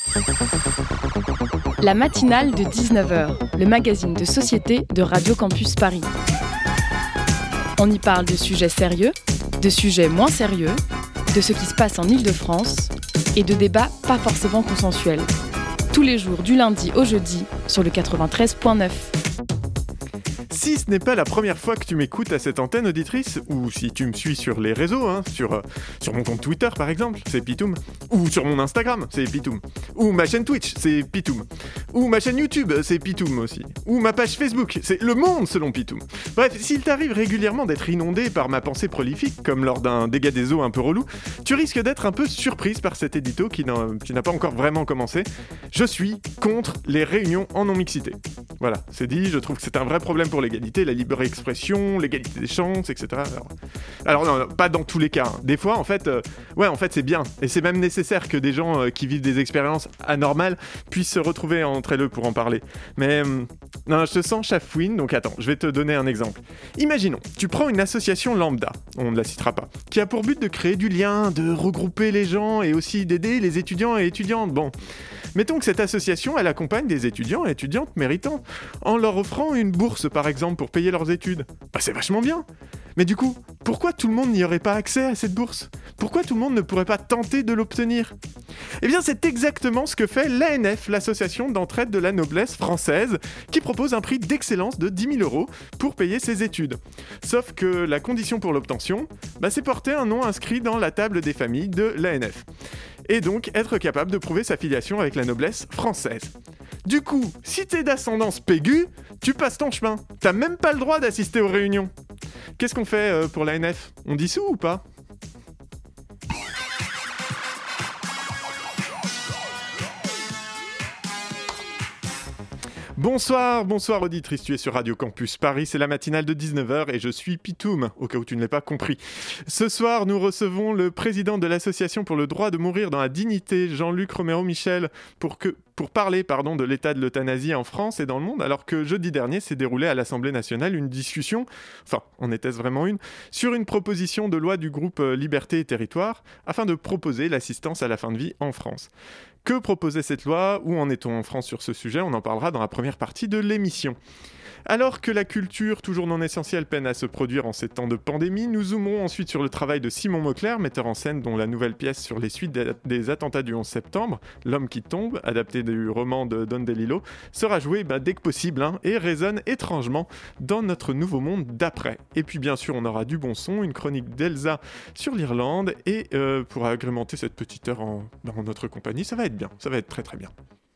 La matinale de 19h, le magazine de société de Radio Campus Paris. On y parle de sujets sérieux, de sujets moins sérieux, de ce qui se passe en Île-de-France et de débats pas forcément consensuels. Tous les jours du lundi au jeudi sur le 93.9. Si ce n'est pas la première fois que tu m'écoutes à cette antenne, auditrice, ou si tu me suis sur les réseaux, sur mon compte Twitter par exemple, c'est Pitoum, ou sur mon Instagram, c'est Pitoum, ou ma chaîne Twitch, c'est Pitoum, ou ma chaîne YouTube, c'est Pitoum aussi, ou ma page Facebook, c'est Le Monde selon Pitoum. Bref, s'il t'arrive régulièrement d'être inondé par ma pensée prolifique, comme lors d'un dégât des eaux un peu relou, tu risques d'être un peu surprise par cet édito qui n'a pas encore vraiment commencé. Je suis contre les réunions en non-mixité. Voilà, c'est dit, je trouve que c'est un vrai problème pour l'égalité, la libre expression, l'égalité des chances, etc. Alors non, pas dans tous les cas. Des fois, en fait, c'est bien. Et c'est même nécessaire que des gens qui vivent des expériences anormales puissent se retrouver entre eux pour en parler. Mais non, je te sens chafouine, donc attends, je vais te donner un exemple. Imaginons, tu prends une association lambda, on ne la citera pas, qui a pour but de créer du lien, de regrouper les gens et aussi d'aider les étudiants et étudiantes. Bon, mettons que cette association, elle accompagne des étudiants et étudiantes méritants, en leur offrant une bourse par exemple pour payer leurs études. Bah c'est vachement bien. Mais du coup, pourquoi tout le monde n'y aurait pas accès à cette bourse ? Pourquoi tout le monde ne pourrait pas tenter de l'obtenir ? Eh bien c'est exactement ce que fait l'ANF, l'association d'entraide de la noblesse française, qui propose un prix d'excellence de 10 000 € pour payer ses études. Sauf que la condition pour l'obtention, c'est porter un nom inscrit dans la table des familles de l'ANF. Et donc être capable de prouver sa filiation avec la noblesse française. Du coup, si t'es d'ascendance Pégu, tu passes ton chemin. T'as même pas le droit d'assister aux réunions. Qu'est-ce qu'on fait pour l'ANF ? On dissout ou pas ? Bonsoir auditrice, tu es sur Radio Campus Paris, c'est la matinale de 19h et je suis Pitoum, au cas où tu ne l'aies pas compris. Ce soir, nous recevons le président de l'Association pour le droit de mourir dans la dignité, Jean-Luc Romero-Michel, pour parler de l'état de l'euthanasie en France et dans le monde, alors que jeudi dernier s'est déroulée à l'Assemblée nationale une discussion, en était-ce vraiment une, sur une proposition de loi du groupe Liberté et Territoire, afin de proposer l'assistance à la fin de vie en France. Que proposait cette loi ? Où en est-on en France sur ce sujet ? On en parlera dans la première partie de l'émission. Alors que la culture, toujours non essentielle, peine à se produire en ces temps de pandémie, nous zoomerons ensuite sur le travail de Simon Mauclerc, metteur en scène dont la nouvelle pièce sur les suites des attentats du 11 septembre, L'homme qui tombe, adapté du roman de Don DeLillo, sera joué dès que possible et résonne étrangement dans notre nouveau monde d'après. Et puis bien sûr, on aura du bon son, une chronique d'Elsa sur l'Irlande, et pour agrémenter cette petite heure dans notre compagnie, ça va être bien, ça va être très très bien.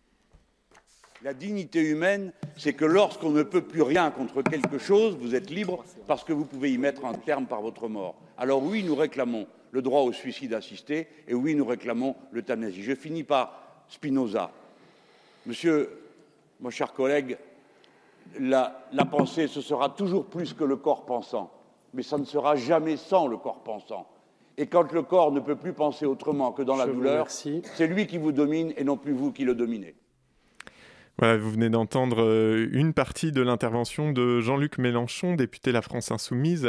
La dignité humaine, c'est que lorsqu'on ne peut plus rien contre quelque chose, vous êtes libre parce que vous pouvez y mettre un terme par votre mort. Alors oui, nous réclamons le droit au suicide assisté et oui, nous réclamons l'euthanasie. Je finis par Spinoza. Monsieur, mon cher collègue, la pensée, ce sera toujours plus que le corps pensant, mais ça ne sera jamais sans le corps pensant. Et quand le corps ne peut plus penser autrement que dans la douleur, c'est lui qui vous domine et non plus vous qui le dominez. Voilà, vous venez d'entendre une partie de l'intervention de Jean-Luc Mélenchon, député La France Insoumise,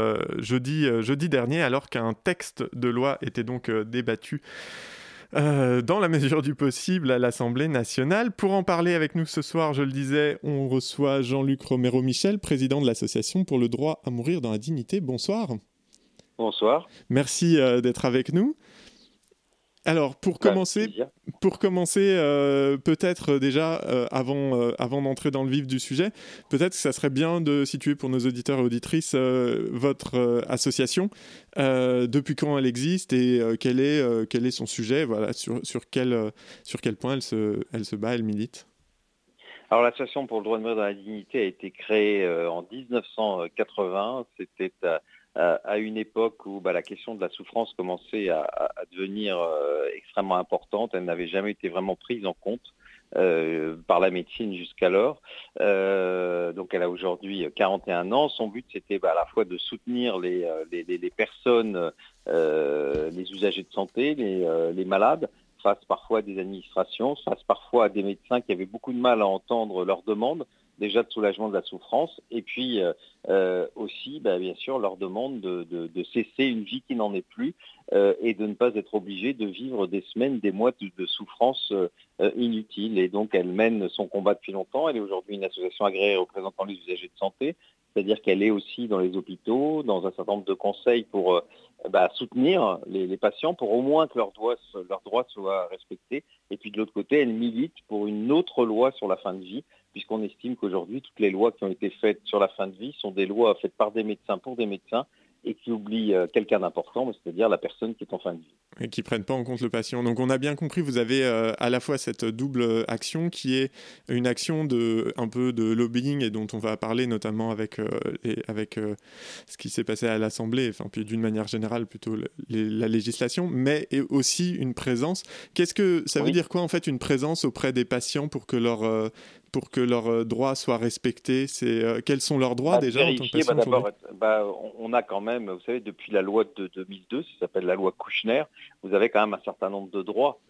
jeudi dernier, alors qu'un texte de loi était donc débattu dans la mesure du possible à l'Assemblée nationale. Pour en parler avec nous ce soir, je le disais, on reçoit Jean-Luc Romero-Michel, président de l'Association pour le droit à mourir dans la dignité. Bonsoir. Bonsoir. Merci d'être avec nous. Alors, pour commencer, peut-être déjà, avant d'entrer dans le vif du sujet, peut-être que ça serait bien de situer pour nos auditeurs et auditrices votre association, depuis quand elle existe et quel est son sujet, voilà, sur quel point elle se bat, elle milite. Alors, l'Association pour le droit de mourir dans la dignité a été créée en 1980. C'était à une époque où la question de la souffrance commençait à devenir extrêmement importante. Elle n'avait jamais été vraiment prise en compte par la médecine jusqu'alors. Donc elle a aujourd'hui 41 ans. Son but, c'était à la fois de soutenir les personnes, les usagers de santé, les malades, face parfois à des administrations, face parfois à des médecins qui avaient beaucoup de mal à entendre leurs demandes, déjà de soulagement de la souffrance, et puis aussi, bien sûr, leur demande de cesser une vie qui n'en est plus et de ne pas être obligé de vivre des semaines, des mois de souffrance inutile. Et donc, elle mène son combat depuis longtemps. Elle est aujourd'hui une association agréée représentant les usagers de santé, c'est-à-dire qu'elle est aussi dans les hôpitaux, dans un certain nombre de conseils pour soutenir les patients, pour au moins que leurs droits soient respectés. Et puis de l'autre côté, elle milite pour une autre loi sur la fin de vie, puisqu'on estime qu'aujourd'hui, toutes les lois qui ont été faites sur la fin de vie sont des lois faites par des médecins pour des médecins et qui oublient quelqu'un d'important, c'est-à-dire la personne qui est en fin de vie. Et qui ne prennent pas en compte le patient. Donc on a bien compris, vous avez à la fois cette double action qui est une action un peu de lobbying et dont on va parler notamment avec ce qui s'est passé à l'Assemblée, puis d'une manière générale plutôt la législation, mais aussi une présence. Qu'est-ce que ça veut dire quoi en fait une présence auprès des patients pour que leurs droits soient respectés? Quels sont leurs droits déjà en tant que patient? D'abord, on a quand même, vous savez, depuis la loi de 2002, ça s'appelle la loi Kouchner, vous avez quand même un certain nombre de droits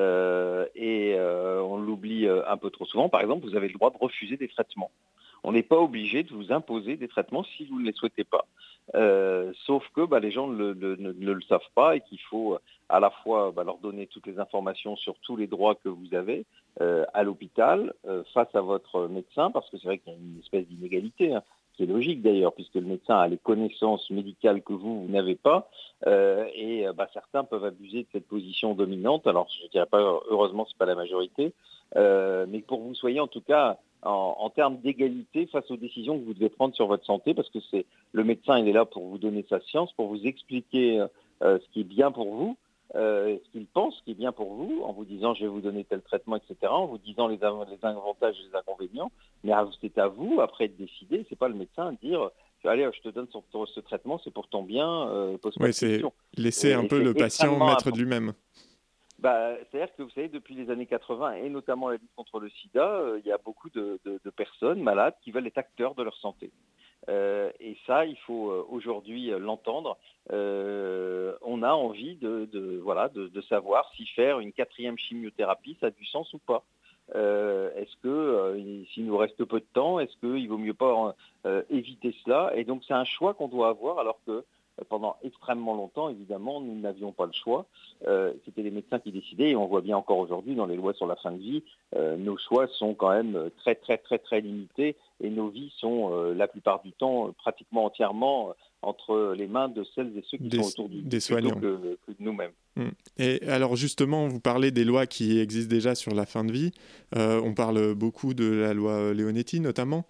on l'oublie un peu trop souvent. Par exemple, vous avez le droit de refuser des traitements. On n'est pas obligé de vous imposer des traitements si vous ne les souhaitez pas. Sauf que les gens ne le savent pas et qu'il faut à la fois leur donner toutes les informations sur tous les droits que vous avez à l'hôpital face à votre médecin, parce que c'est vrai qu'il y a une espèce d'inégalité, qui est logique d'ailleurs, puisque le médecin a les connaissances médicales que vous n'avez pas, certains peuvent abuser de cette position dominante. Alors je ne dirais pas, heureusement, ce n'est pas la majorité, mais pour que vous soyez en tout cas en termes d'égalité face aux décisions que vous devez prendre sur votre santé, parce que le médecin, il est là pour vous donner sa science, pour vous expliquer ce qui est bien pour vous, ce qu'il pense qui est bien pour vous, en vous disant je vais vous donner tel traitement, etc., en vous disant les avantages et les inconvénients, mais c'est à vous après de décider, c'est pas le médecin de dire allez, je te donne ce traitement, c'est pour ton bien, pose pas de questions. C'est laisser un peu le patient maître de lui-même. C'est-à-dire que vous savez, depuis les années 80 et notamment la lutte contre le sida, il y a beaucoup de personnes malades qui veulent être acteurs de leur santé. Et ça, il faut aujourd'hui l'entendre. On a envie de savoir si faire une 4e chimiothérapie, ça a du sens ou pas. Est-ce que s'il nous reste peu de temps, est-ce qu'il vaut mieux pas éviter cela? Et donc c'est un choix qu'on doit avoir, alors que pendant extrêmement longtemps, évidemment, nous n'avions pas le choix. C'était les médecins qui décidaient, et on voit bien encore aujourd'hui dans les lois sur la fin de vie, nos choix sont quand même très, très, très, très limités, et nos vies sont la plupart du temps pratiquement entièrement entre les mains de celles et ceux qui sont autour des soignants que de nous-mêmes. Et alors justement, vous parlez des lois qui existent déjà sur la fin de vie. On parle beaucoup de la loi Leonetti notamment.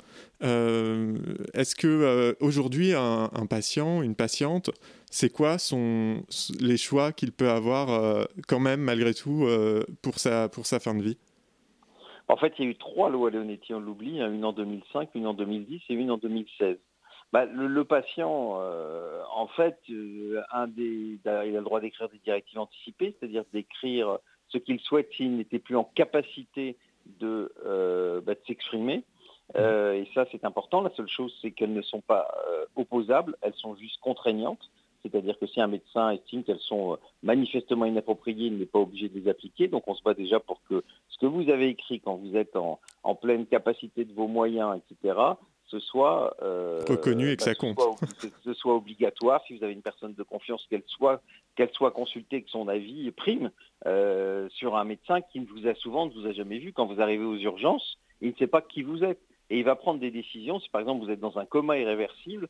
Est-ce que aujourd'hui un patient, une patiente, c'est quoi les choix qu'il peut avoir quand même malgré tout pour sa fin de vie? En fait, il y a eu 3 lois Leonetti, on l'oublie, une en 2005, une en 2010 et une en 2016. Le patient, en fait, il a le droit d'écrire des directives anticipées, c'est-à-dire d'écrire ce qu'il souhaite s'il n'était plus en capacité de s'exprimer. Et ça, c'est important. La seule chose, c'est qu'elles ne sont pas opposables, elles sont juste contraignantes. C'est-à-dire que si un médecin estime qu'elles sont manifestement inappropriées, il n'est pas obligé de les appliquer. Donc on se bat déjà pour que ce que vous avez écrit quand vous êtes en pleine capacité de vos moyens, etc., ce soit reconnu et que ça compte. Ce soit obligatoire. Si vous avez une personne de confiance, qu'elle soit consultée, que son avis prime sur un médecin qui ne vous a jamais vu. Quand vous arrivez aux urgences, il ne sait pas qui vous êtes. Et il va prendre des décisions. Si par exemple vous êtes dans un coma irréversible,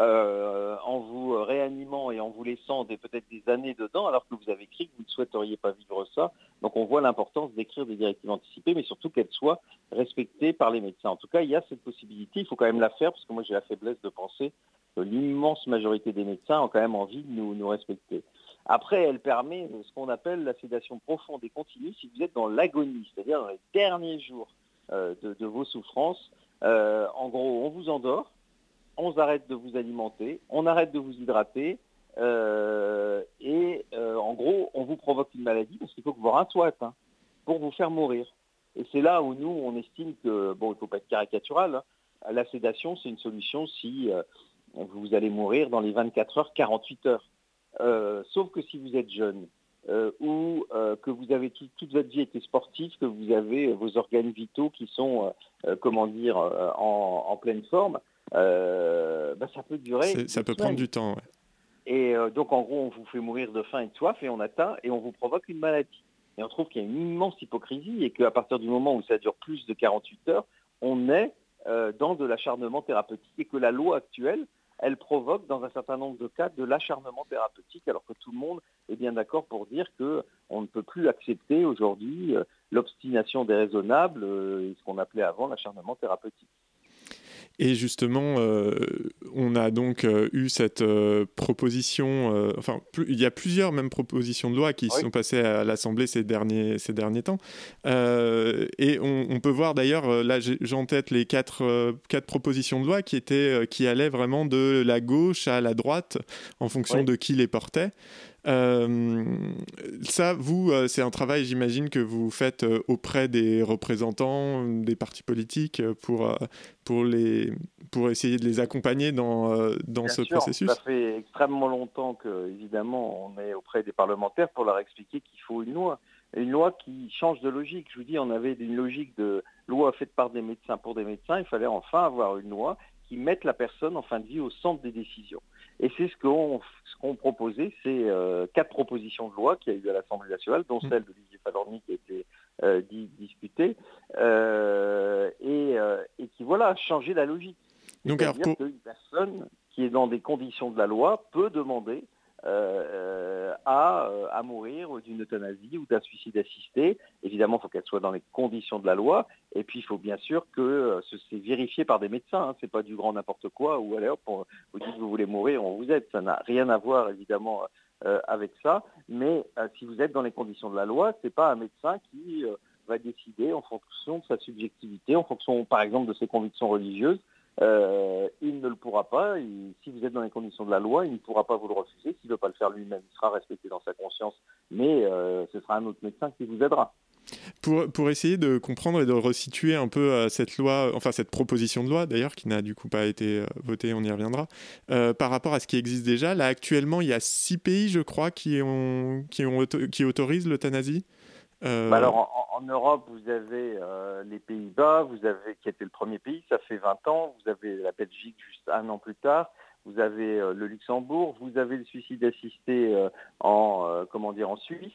en vous réanimant et en vous laissant peut-être des années dedans, alors que vous avez écrit que vous ne souhaiteriez pas vivre ça. Donc on voit l'importance d'écrire des directives anticipées, mais surtout qu'elles soient respectées par les médecins. En tout cas, il y a cette possibilité, il faut quand même la faire, parce que moi j'ai la faiblesse de penser que l'immense majorité des médecins ont quand même envie de nous respecter. Après, elle permet ce qu'on appelle la sédation profonde et continue si vous êtes dans l'agonie, c'est-à-dire dans les derniers jours de vos souffrances. En gros, on vous endort, on arrête de vous alimenter, on arrête de vous hydrater, en gros, on vous provoque une maladie parce qu'il faut que vos reins soient atteints pour vous faire mourir. Et c'est là où nous, on estime que, il ne faut pas être caricatural, la sédation, c'est une solution si vous allez mourir dans les 24 heures, 48 heures. Sauf que si vous êtes jeune, ou que vous avez toute votre vie été sportif, que vous avez vos organes vitaux qui sont, en pleine forme, ça peut durer. Ça peut prendre du temps, ouais. Et donc, en gros, on vous fait mourir de faim et de soif et on vous provoque une maladie. Et on trouve qu'il y a une immense hypocrisie et qu'à partir du moment où ça dure plus de 48 heures, on est dans de l'acharnement thérapeutique et que la loi actuelle, elle provoque dans un certain nombre de cas de l'acharnement thérapeutique, alors que tout le monde est bien d'accord pour dire qu'on ne peut plus accepter aujourd'hui l'obstination déraisonnable, ce qu'on appelait avant l'acharnement thérapeutique. Et justement, on a donc eu cette proposition, il y a plusieurs même propositions de loi qui sont passées à l'Assemblée ces derniers temps. Et on peut voir d'ailleurs, là j'ai en tête les quatre propositions de loi qui allaient vraiment de la gauche à la droite en fonction de qui les portait. Ça, vous, c'est un travail, j'imagine, que vous faites auprès des représentants des partis politiques pour essayer de les accompagner dans ce processus. Ça fait extrêmement longtemps que, évidemment, on est auprès des parlementaires pour leur expliquer qu'il faut une loi qui change de logique. Je vous dis, on avait une logique de loi faite par des médecins pour des médecins. Il fallait enfin avoir une loi qui mette la personne en fin de vie au centre des décisions. Et c'est ce qu'on proposait, c'est 4 propositions de loi qu'il y a eu à l'Assemblée nationale, dont celle d'Olivier Favorny qui a été discutée, et qui, changeait la logique. Donc, c'est-à-dire qu'une personne qui est dans des conditions de la loi peut demander à mourir d'une euthanasie ou d'un suicide assisté. Évidemment, il faut qu'elle soit dans les conditions de la loi. Et puis, il faut bien sûr que c'est vérifié par des médecins. C'est pas du grand n'importe quoi. Ou allez hop, vous dites que vous voulez mourir, on vous aide. Ça n'a rien à voir, évidemment, avec ça. Mais si vous êtes dans les conditions de la loi, c'est pas un médecin qui va décider en fonction de sa subjectivité, en fonction, par exemple, de ses convictions religieuses. Il ne le pourra pas. Si vous êtes dans les conditions de la loi, il ne pourra pas vous le refuser. S'il ne veut pas le faire lui-même, il sera respecté dans sa conscience, mais ce sera un autre médecin qui vous aidera. Pour essayer de comprendre et de resituer un peu cette loi, enfin cette proposition de loi d'ailleurs, qui n'a du coup pas été votée, on y reviendra, par rapport à ce qui existe déjà, là actuellement il y a 6 pays je crois qui autorisent l'euthanasie. Alors en Europe, vous avez les Pays-Bas, qui était le premier pays, ça fait 20 ans, vous avez la Belgique juste un an plus tard, vous avez le Luxembourg, vous avez le suicide assisté en Suisse,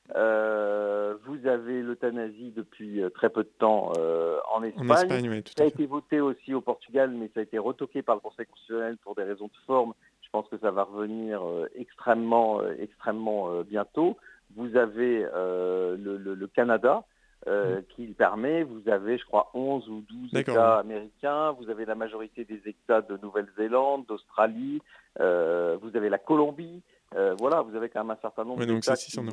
vous avez l'euthanasie depuis très peu de temps en Espagne. En Espagne, oui, tout à fait. Ça a été voté aussi au Portugal, mais ça a été retoqué par le Conseil constitutionnel pour des raisons de forme. Je pense que ça va revenir extrêmement bientôt. Vous avez le Canada qui le permet, vous avez je crois 11 ou 12 États américains, vous avez la majorité des États de Nouvelle-Zélande, d'Australie, vous avez la Colombie, vous avez quand même un certain nombre d'États.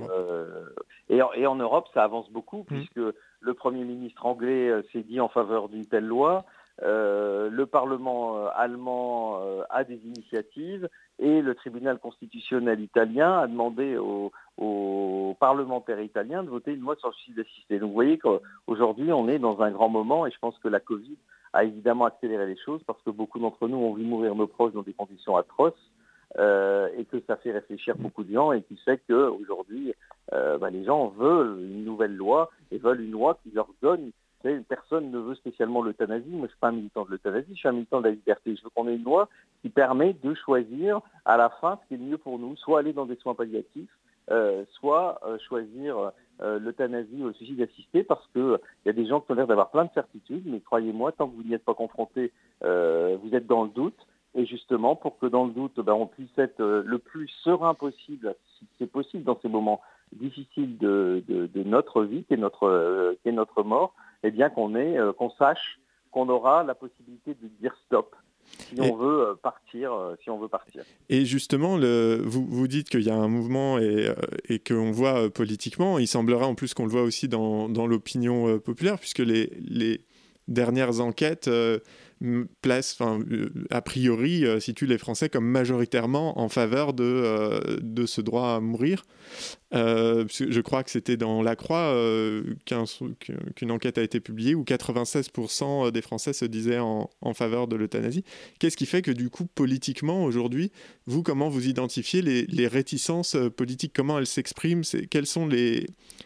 Et en Europe, ça avance beaucoup puisque le Premier ministre anglais s'est dit en faveur d'une telle loi. Le Parlement allemand a des initiatives et le tribunal constitutionnel italien a demandé aux parlementaires italiens de voter une loi sur le suicide assisté. Donc vous voyez qu'aujourd'hui on est dans un grand moment et je pense que la Covid a évidemment accéléré les choses parce que beaucoup d'entre nous ont vu mourir nos proches dans des conditions atroces et que ça fait réfléchir beaucoup de gens et qui fait qu'aujourd'hui les gens veulent une nouvelle loi et veulent une loi qui leur donne. Personne ne veut spécialement l'euthanasie. Moi, je ne suis pas un militant de l'euthanasie, je suis un militant de la liberté. Je veux qu'on ait une loi qui permet de choisir à la fin ce qui est le mieux pour nous, soit aller dans des soins palliatifs, soit choisir l'euthanasie ou le suicide assisté, parce qu'il y a des gens qui ont l'air d'avoir plein de certitudes, mais croyez-moi, tant que vous n'y êtes pas confrontés, vous êtes dans le doute. Et justement, pour que dans le doute, on puisse être le plus serein possible, si c'est possible dans ces moments difficiles de notre vie, qui est notre mort, eh bien qu'on sache qu'on aura la possibilité de dire stop si on veut partir. Et justement, vous dites qu'il y a un mouvement et qu'on voit politiquement, il semblerait en plus qu'on le voit aussi dans l'opinion populaire, puisque les dernières enquêtes place, a priori, situe les Français comme majoritairement en faveur de ce droit à mourir. Je crois que c'était dans La Croix qu'une enquête a été publiée où 96% des Français se disaient en faveur de l'euthanasie. Qu'est-ce qui fait que du coup, politiquement, aujourd'hui, vous, comment vous identifiez les réticences politiques? Comment elles s'expriment? Quels sont les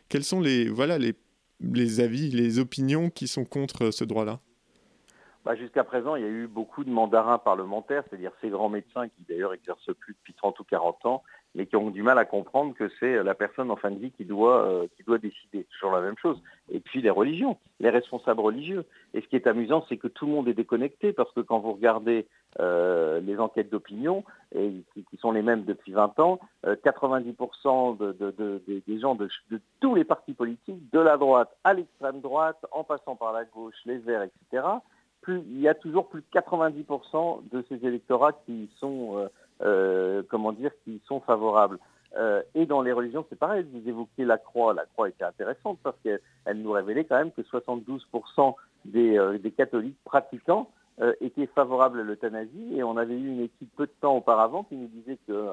avis, les opinions qui sont contre ce droit-là? Jusqu'à présent, il y a eu beaucoup de mandarins parlementaires, c'est-à-dire ces grands médecins qui d'ailleurs exercent plus depuis 30 ou 40 ans, mais qui ont du mal à comprendre que c'est la personne en fin de vie qui doit décider. C'est toujours la même chose. Et puis les religions, les responsables religieux. Et ce qui est amusant, c'est que tout le monde est déconnecté, parce que quand vous regardez les enquêtes d'opinion, et qui sont les mêmes depuis 20 ans, 90% des gens de tous les partis politiques, de la droite à l'extrême droite, en passant par la gauche, les Verts, etc., il y a toujours plus de 90% de ces électorats qui sont, qui sont favorables. Et dans les religions, c'est pareil. Vous évoquez la Croix. La Croix était intéressante parce qu'elle nous révélait quand même que 72% des catholiques pratiquants étaient favorables à l'euthanasie. Et on avait eu une étude peu de temps auparavant qui nous disait que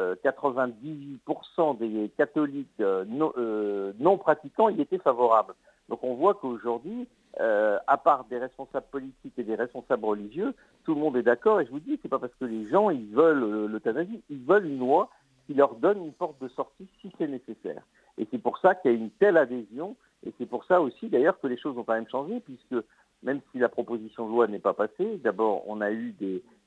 98% des catholiques non pratiquants y étaient favorables. Donc on voit qu'aujourd'hui, à part des responsables politiques et des responsables religieux, tout le monde est d'accord. Et je vous dis, c'est pas parce que les gens ils veulent l'euthanasie, ils veulent une loi qui leur donne une porte de sortie si c'est nécessaire. Et c'est pour ça qu'il y a une telle adhésion. Et c'est pour ça aussi d'ailleurs que les choses ont quand même changé, puisque même si la proposition de loi n'est pas passée, d'abord on a eu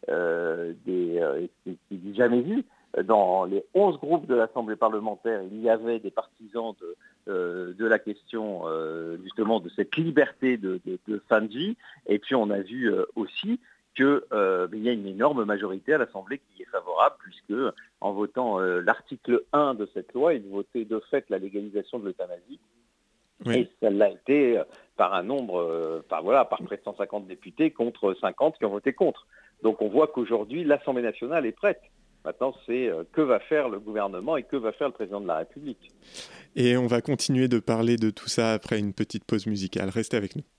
c'est jamais vu. Dans les 11 groupes de l'Assemblée parlementaire, il y avait des partisans de la question justement de cette liberté de fin de vie. Et puis on a vu aussi qu'il y a une énorme majorité à l'Assemblée qui est favorable, puisque en votant l'article 1 de cette loi, ils votaient de fait la légalisation de l'euthanasie. Oui. Et ça l'a été par un nombre, par près de 150 députés contre 50 qui ont voté contre. Donc on voit qu'aujourd'hui, l'Assemblée nationale est prête. Maintenant, c'est que va faire le gouvernement et que va faire le président de la République. Et on va continuer de parler de tout ça après une petite pause musicale. Restez avec nous.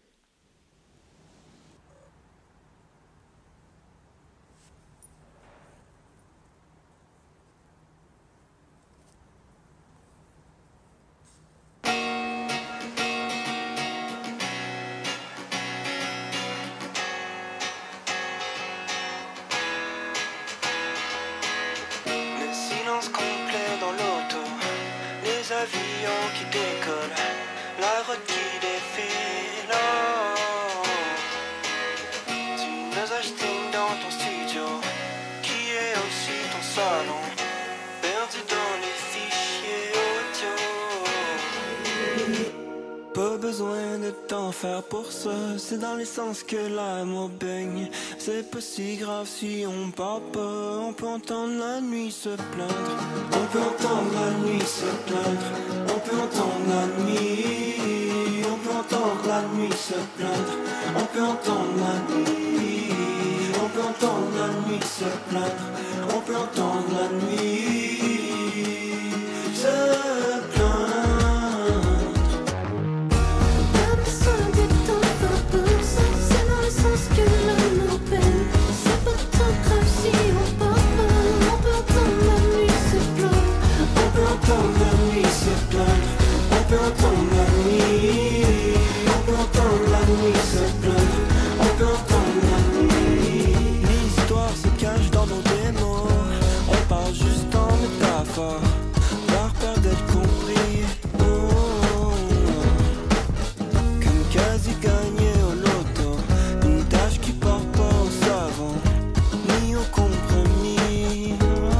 C'est dans l'essence que l'amour baigne. C'est pas si grave si on parle pas. On peut entendre la nuit se plaindre. On peut entendre la nuit se plaindre. On peut entendre la nuit. On peut entendre la nuit se plaindre. On peut entendre la nuit. On peut entendre la nuit se plaindre. On peut entendre la nuit se plaindre. L'histoire se cache dans nos démos. On parle juste en métaphore, par peur d'être compris. Comme quasi gagné au loto, une tâche qui part pas au savon ni au compromis.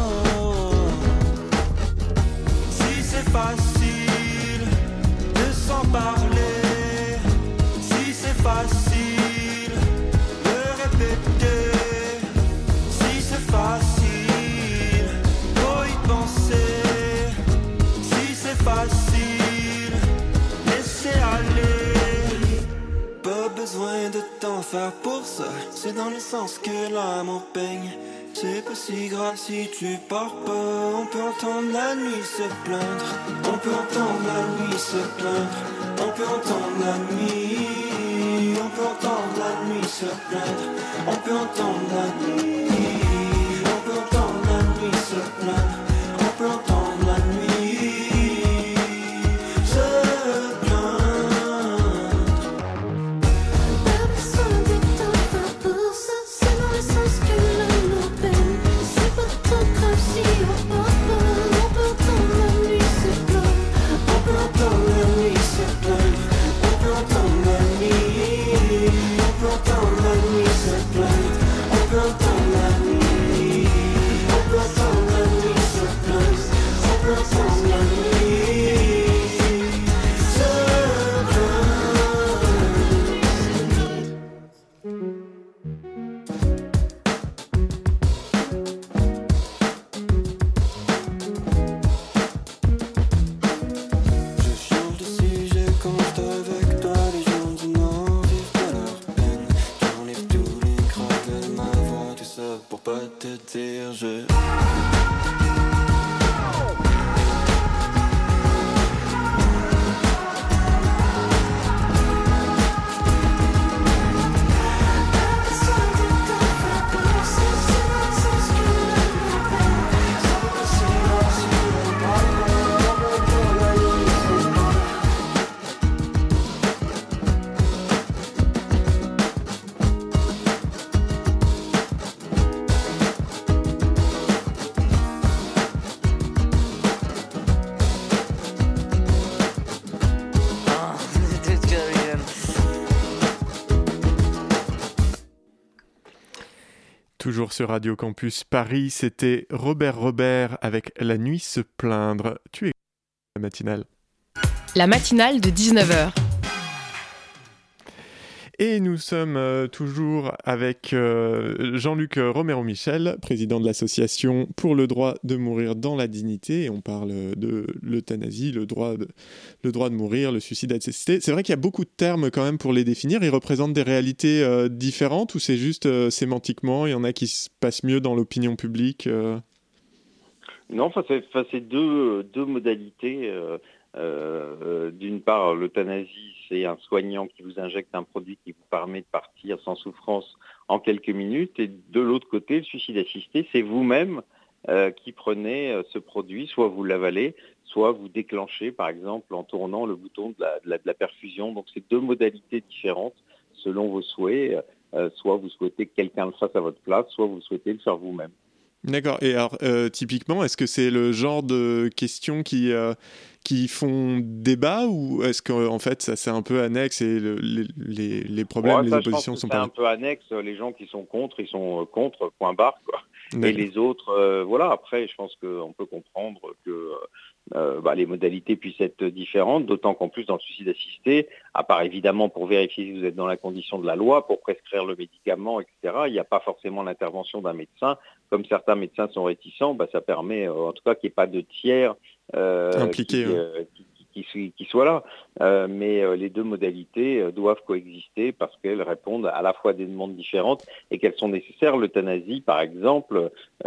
Si c'est facile de s'en parler, si c'est facile de répéter, si c'est facile, faut y penser, si c'est facile, laisser aller. Pas besoin de t'en faire pour ça, c'est dans le sens que l'amour peigne. C'est pas si grave si tu pars pas. On peut entendre la nuit se plaindre. On peut entendre la nuit se plaindre. On peut entendre la nuit. on peut entendre la nuit se plaindre, on peut entendre la nuit, on peut entendre la nuit se plaindre, on peut entendre la nuit se plaindre. Pas besoin d'être enfin pour ça, c'est dans le sens que l'on nous peine. C'est pas trop grave si on peut entendre la nuit se plaindre, On peut entendre la nuit se plaindre, on peut entendre la nuit, on peut entendre la nuit se plaindre, on peut entendre la nuit, on peut entendre la nuit se plaindre, on peut entendre la nuit se plaindre. Je change de sujet quand je suis avec toi. Les gens du Nord vivent pas leur peine. J'enlève tous les graves de ma voix, tout ça pour pas te dire je. pas besoin d'être enfin pour ça, c'est dans le sens que l'on nous peine. Toujours sur Radio Campus Paris, c'était Robert avec La Nuit se plaindre. Tu es la matinale. La matinale de 19h. Et nous sommes toujours avec Jean-Luc Romero-Michel, président de l'association pour le droit de mourir dans la dignité. Et on parle de l'euthanasie, le droit de mourir, le suicide assisté. C'est vrai qu'il y a beaucoup de termes quand même pour les définir. Ils représentent des réalités différentes ou c'est juste sémantiquement, il y en a qui se passent mieux dans l'opinion publique Non, c'est deux modalités. D'une part, l'euthanasie, c'est un soignant qui vous injecte un produit qui vous permet de partir sans souffrance en quelques minutes. Et de l'autre côté, le suicide assisté, c'est vous-même qui prenez ce produit, soit vous l'avalez, soit vous déclenchez, par exemple, en tournant le bouton de la perfusion. Donc, c'est deux modalités différentes selon vos souhaits. Soit vous souhaitez que quelqu'un le fasse à votre place, soit vous souhaitez le faire vous-même. D'accord. Et alors, typiquement, est-ce que c'est le genre de questions qui font débat ou est-ce qu'en fait, ça c'est un peu annexe et les problèmes, les oppositions sont pas... C'est un peu annexe. Les gens qui sont contre, ils sont contre, point barre, quoi. Et les autres, voilà. Après, je pense qu'on peut comprendre que les modalités puissent être différentes, d'autant qu'en plus, dans le suicide assisté, à part évidemment pour vérifier si vous êtes dans la condition de la loi, pour prescrire le médicament, etc., il n'y a pas forcément l'intervention d'un médecin. Comme certains médecins sont réticents, ça permet en tout cas qu'il n'y ait pas de tiers impliqués qui soient là. Mais les deux modalités doivent coexister parce qu'elles répondent à la fois à des demandes différentes et qu'elles sont nécessaires. L'euthanasie, par exemple,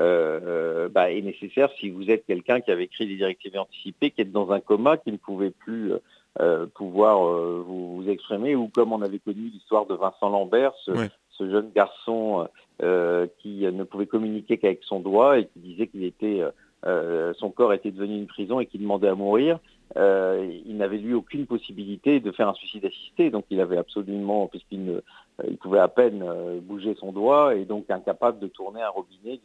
est nécessaire si vous êtes quelqu'un qui avait écrit des directives anticipées, qui est dans un coma, qui ne pouvait plus pouvoir vous exprimer, ou comme on avait connu l'histoire de Vincent Lambert, ce jeune garçon qui ne pouvait communiquer qu'avec son doigt et qui disait qu'il était son corps était devenu une prison et qu'il demandait à mourir. Il n'avait lui aucune possibilité de faire un suicide assisté, donc il avait absolument, puisqu'il il pouvait à peine bouger son doigt et donc incapable de tourner un robinet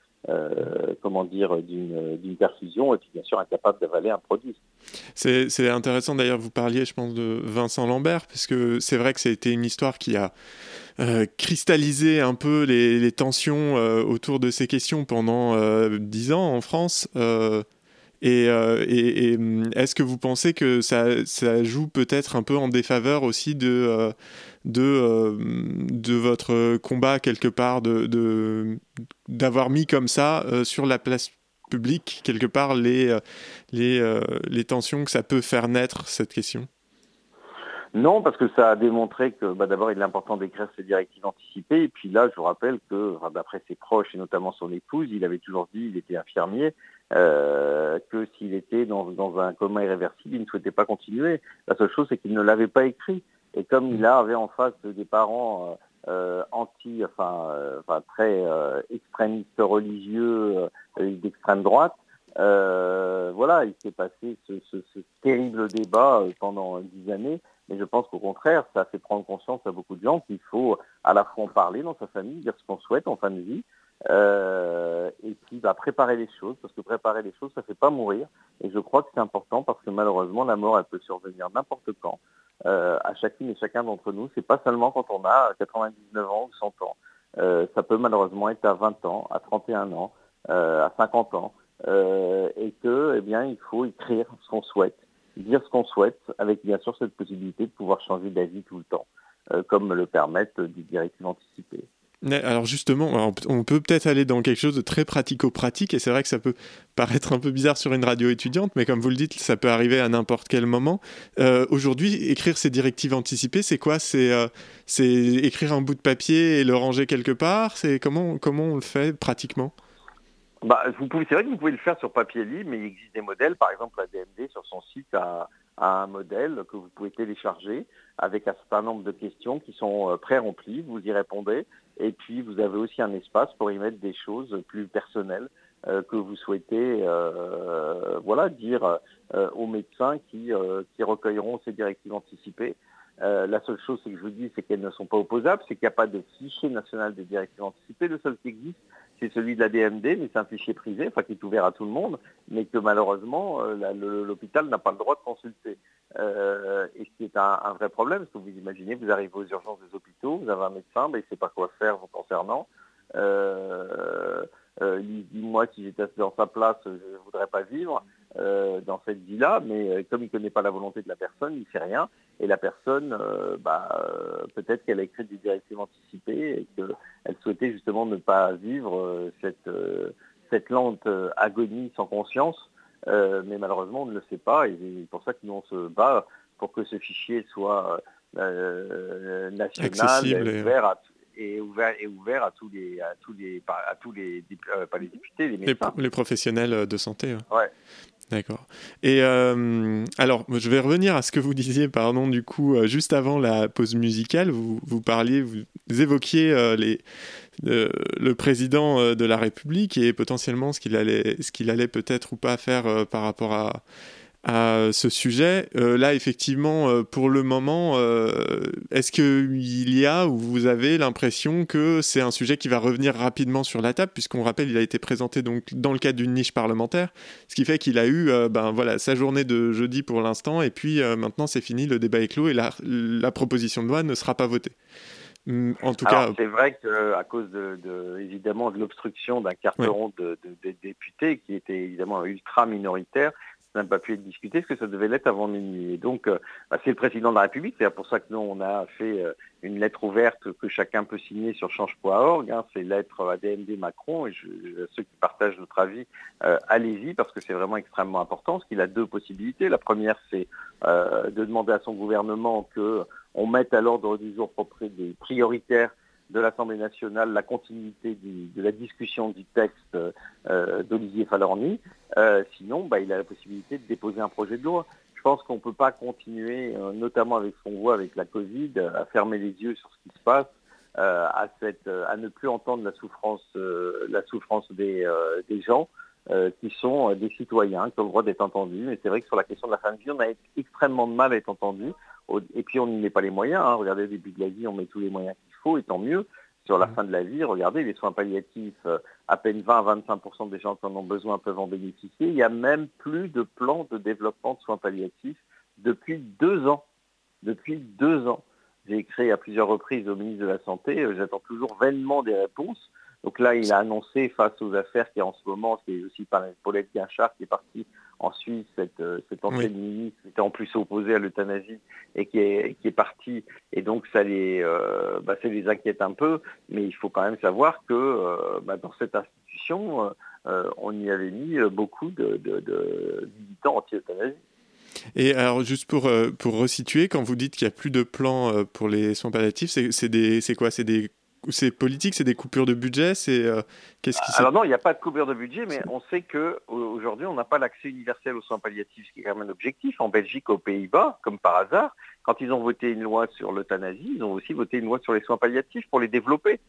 d'une perfusion et puis bien sûr incapable d'avaler un produit. C'est intéressant d'ailleurs, vous parliez je pense de Vincent Lambert, parce que c'est vrai que c'était une histoire qui a cristallisé un peu les tensions autour de ces questions pendant 10 ans en France. Et est-ce que vous pensez que ça joue peut-être un peu en défaveur aussi de votre combat quelque part, d'avoir mis comme ça sur la place publique quelque part les tensions que ça peut faire naître, cette question? Non, parce que ça a démontré que d'abord il est important d'écrire ces directives anticipées, et puis là je vous rappelle que d'après ses proches et notamment son épouse, il avait toujours dit, il était infirmier, que s'il était dans un coma irréversible, il ne souhaitait pas continuer. La seule chose c'est qu'il ne l'avait pas écrit. Et comme il avait en face des parents très extrémistes religieux d'extrême droite, voilà, il s'est passé ce terrible débat pendant 10 années. Mais je pense qu'au contraire, ça a fait prendre conscience à beaucoup de gens qu'il faut à la fois en parler dans sa famille, dire ce qu'on souhaite en fin de vie, et puis préparer les choses, parce que préparer les choses, ça ne fait pas mourir. Et je crois que c'est important parce que malheureusement, la mort, elle peut survenir n'importe quand, à chacune et chacun d'entre nous. C'est pas seulement quand on a 99 ans ou 100 ans. Ça peut malheureusement être à 20 ans, à 31 ans, à 50 ans, et que, eh bien, il faut écrire ce qu'on souhaite, dire ce qu'on souhaite, avec bien sûr cette possibilité de pouvoir changer d'avis tout le temps, comme le permettent des directives anticipées. Alors justement, on peut peut-être aller dans quelque chose de très pratico-pratique, et c'est vrai que ça peut paraître un peu bizarre sur une radio étudiante, mais comme vous le dites, ça peut arriver à n'importe quel moment. Aujourd'hui, écrire ces directives anticipées, c'est quoi ? C'est écrire un bout de papier et le ranger quelque part ? C'est comment on le fait pratiquement ? C'est vrai que vous pouvez le faire sur papier libre, mais il existe des modèles. Par exemple, la DMD sur son site a un modèle que vous pouvez télécharger avec un certain nombre de questions qui sont pré-remplies. Vous y répondez, et puis vous avez aussi un espace pour y mettre des choses plus personnelles que vous souhaitez, dire aux médecins qui recueilleront ces directives anticipées. La seule chose que je vous dis, c'est qu'elles ne sont pas opposables, c'est qu'il n'y a pas de fichier national des directives anticipées. Le seul qui existe, c'est celui de la DMD, mais c'est un fichier privé, qui est ouvert à tout le monde, mais que malheureusement, l'hôpital n'a pas le droit de consulter. Et ce qui est un vrai problème, parce que vous imaginez, vous arrivez aux urgences des hôpitaux, vous avez un médecin, il ne sait pas quoi faire vous concernant. Il dit, moi, si j'étais dans sa place, je ne voudrais pas vivre dans cette vie-là, mais comme il ne connaît pas la volonté de la personne, il ne fait rien. Et la personne, peut-être qu'elle a écrit des directives anticipées et qu'elle souhaitait justement ne pas vivre cette lente agonie sans conscience. Mais malheureusement, on ne le sait pas. Et c'est pour ça que nous, on se bat pour que ce fichier soit national, accessible ouvert à tous les pas les députés, les médecins. Les professionnels de santé. Ouais. D'accord. Et alors, je vais revenir à ce que vous disiez, du coup, juste avant la pause musicale, vous évoquiez le président de la République et potentiellement ce qu'il allait peut-être ou pas faire par rapport à ce sujet. Là, effectivement, pour le moment, est-ce qu'il y a ou vous avez l'impression que c'est un sujet qui va revenir rapidement sur la table, puisqu'on rappelle, il a été présenté donc dans le cadre d'une niche parlementaire, ce qui fait qu'il a eu sa journée de jeudi pour l'instant, et puis maintenant c'est fini, le débat est clos et la proposition de loi ne sera pas votée. En tout cas, c'est vrai qu'à cause évidemment de l'obstruction d'un carteron de députés qui était évidemment ultra minoritaire, ça n'a pas pu être discuté parce que ça devait l'être avant minuit. Et donc, c'est le président de la République. C'est pour ça que nous, on a fait une lettre ouverte que chacun peut signer sur change.org. C'est lettre ADMD Macron. Et ceux qui partagent notre avis, allez-y parce que c'est vraiment extrêmement important. Parce qu'il a deux possibilités. La première, c'est de demander à son gouvernement qu'on mette à l'ordre du jour des prioritaires de l'Assemblée nationale la continuité de la discussion du texte d'Olivier Falorni. Sinon, il a la possibilité de déposer un projet de loi. Je pense qu'on ne peut pas continuer, notamment avec ce qu'on voit avec la Covid, à fermer les yeux sur ce qui se passe, à ne plus entendre la souffrance des gens qui sont des citoyens, qui ont le droit d'être entendus. Mais c'est vrai que sur la question de la fin de vie, on a extrêmement de mal à être entendus. Et puis on n'y met pas les moyens. Regardez, au début de la vie, on met tous les moyens qu'il faut, et tant mieux. Sur la fin de la vie, regardez, les soins palliatifs, à peine 20 à 25% des gens qui en ont besoin peuvent en bénéficier. Il n'y a même plus de plan de développement de soins palliatifs depuis 2 ans. Depuis 2 ans. J'ai écrit à plusieurs reprises au ministre de la Santé, j'attends toujours vainement des réponses. Donc là, il a annoncé, face aux affaires qui en ce moment, c'est aussi par Paulette Guinchard qui est partie en Suisse, cette ancienne ministre qui était en plus opposée à l'euthanasie et qui est partie. Et donc ça les inquiète un peu, mais il faut quand même savoir que dans cette institution, on y avait mis beaucoup de militants anti-euthanasie. Et alors, juste pour resituer, quand vous dites qu'il n'y a plus de plan pour les soins palliatifs, c'est quoi ? C'est politique, c'est des coupures de budget, Alors non, il n'y a pas de coupure de budget, mais on sait qu'aujourd'hui, on n'a pas l'accès universel aux soins palliatifs, ce qui est quand même un objectif. En Belgique, aux Pays-Bas, comme par hasard, Quand ils ont voté une loi sur l'euthanasie, ils ont aussi voté une loi sur les soins palliatifs pour les développer.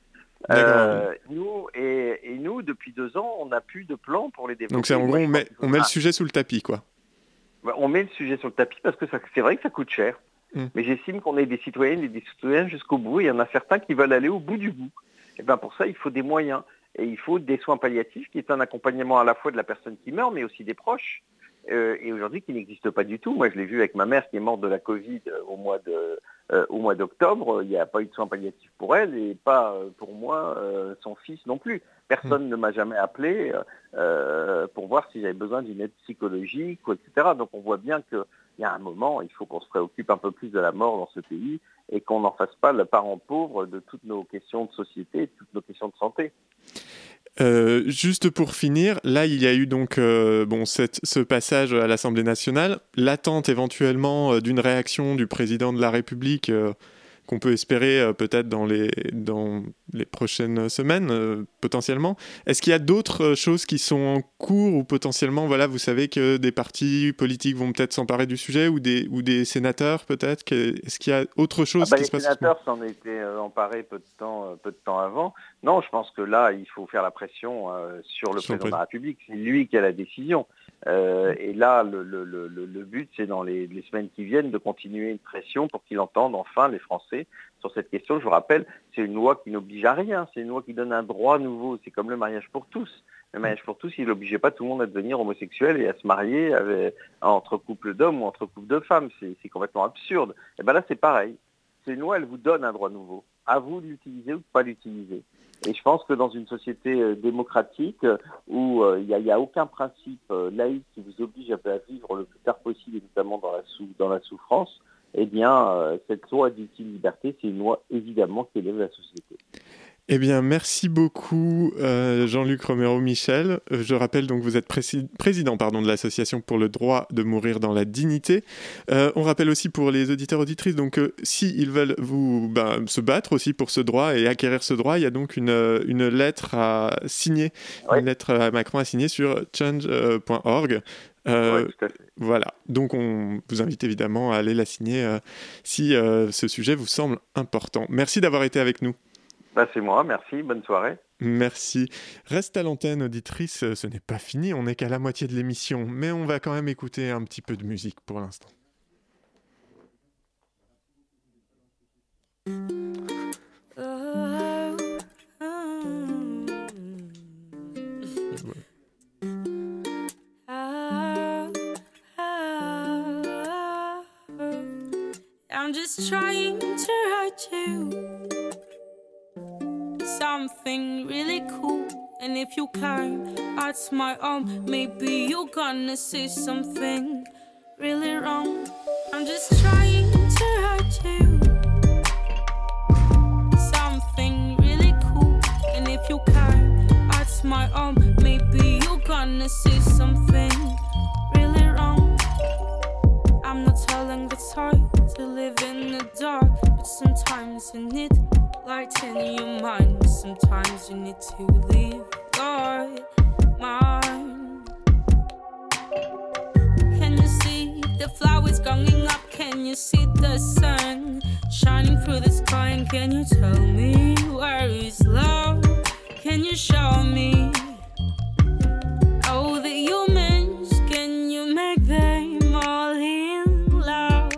Nous, depuis 2 ans, on n'a plus de plan pour les développer. Donc c'est en gros, on met le sujet sous le tapis, quoi. On met le sujet sur le tapis parce que c'est vrai que ça coûte cher. Mais j'estime qu'on est des citoyennes et des citoyens jusqu'au bout. Et il y en a certains qui veulent aller au bout du bout. Et bien pour ça, il faut des moyens. Et il faut des soins palliatifs qui est un accompagnement à la fois de la personne qui meurt, mais aussi des proches. Et aujourd'hui, qui n'existe pas du tout. Moi, je l'ai vu avec ma mère qui est morte de la Covid au mois d'octobre. Il n'y a pas eu de soins palliatifs pour elle et pas pour moi, son fils non plus. Personne ne m'a jamais appelé pour voir si j'avais besoin d'une aide psychologique, etc. Donc on voit bien qu'il y a un moment, il faut qu'on se préoccupe un peu plus de la mort dans ce pays et qu'on n'en fasse pas le parent pauvre de toutes nos questions de société, de toutes nos questions de santé. Juste pour finir, là il y a eu donc ce passage à l'Assemblée nationale, l'attente éventuellement d'une réaction du président de la République qu'on peut espérer peut-être dans les prochaines semaines, potentiellement. Est-ce qu'il y a d'autres choses qui sont en cours ou potentiellement, voilà, vous savez que des partis politiques vont peut-être s'emparer du sujet ou des sénateurs peut-être? Est-ce qu'il y a autre chose qui se passe? Les sénateurs s'en étaient emparés peu de temps avant. Non, je pense que là, il faut faire la pression sur le président de la République. C'est lui qui a la décision. Et là, le but, c'est dans les semaines qui viennent de continuer une pression pour qu'il entende enfin les Français sur cette question. Je vous rappelle, c'est une loi qui n'oblige à rien. C'est une loi qui donne un droit nouveau. C'est comme le mariage pour tous. Le mariage pour tous, il n'obligeait pas tout le monde à devenir homosexuel et à se marier entre couples d'hommes ou entre couples de femmes. C'est complètement absurde. Et bien là, c'est pareil. C'est une loi, elle vous donne un droit nouveau. À vous de l'utiliser ou de ne pas l'utiliser. Et je pense que dans une société démocratique où il n'y a aucun principe laïque qui vous oblige à vivre le plus tard possible, et notamment dans la souffrance, eh bien, cette loi d'ultime liberté, c'est une loi évidemment qui élève la société. Eh bien, merci beaucoup Jean-Luc Romero-Michel. Je rappelle donc vous êtes président de l'association pour le droit de mourir dans la dignité. On rappelle aussi pour les auditeurs auditrices, donc s'ils veulent se battre aussi pour ce droit et acquérir ce droit, il y a donc une lettre à signer, une lettre à Macron à signer sur change.org. Oui, tout à fait. Voilà, donc on vous invite évidemment à aller la signer si ce sujet vous semble important. Merci d'avoir été avec nous. C'est moi, merci, bonne soirée. Merci. Reste à l'antenne, auditrice, ce n'est pas fini, on n'est qu'à la moitié de l'émission, mais on va quand même écouter un petit peu de musique pour l'instant. I'm just trying to write you something really cool, and if you climb out my arm, maybe you're gonna say something really wrong. I'm just trying to write you something really cool, and if you climb out my arm, maybe you're gonna say something really wrong. I'm not telling it's hard to live in the dark, but sometimes you need light in your mind. Sometimes you need to leave your mind. Can you see the flowers going up? Can you see the sun shining through the sky? And can you tell me where is love? Can you show me all the humans? Can you make them all in love?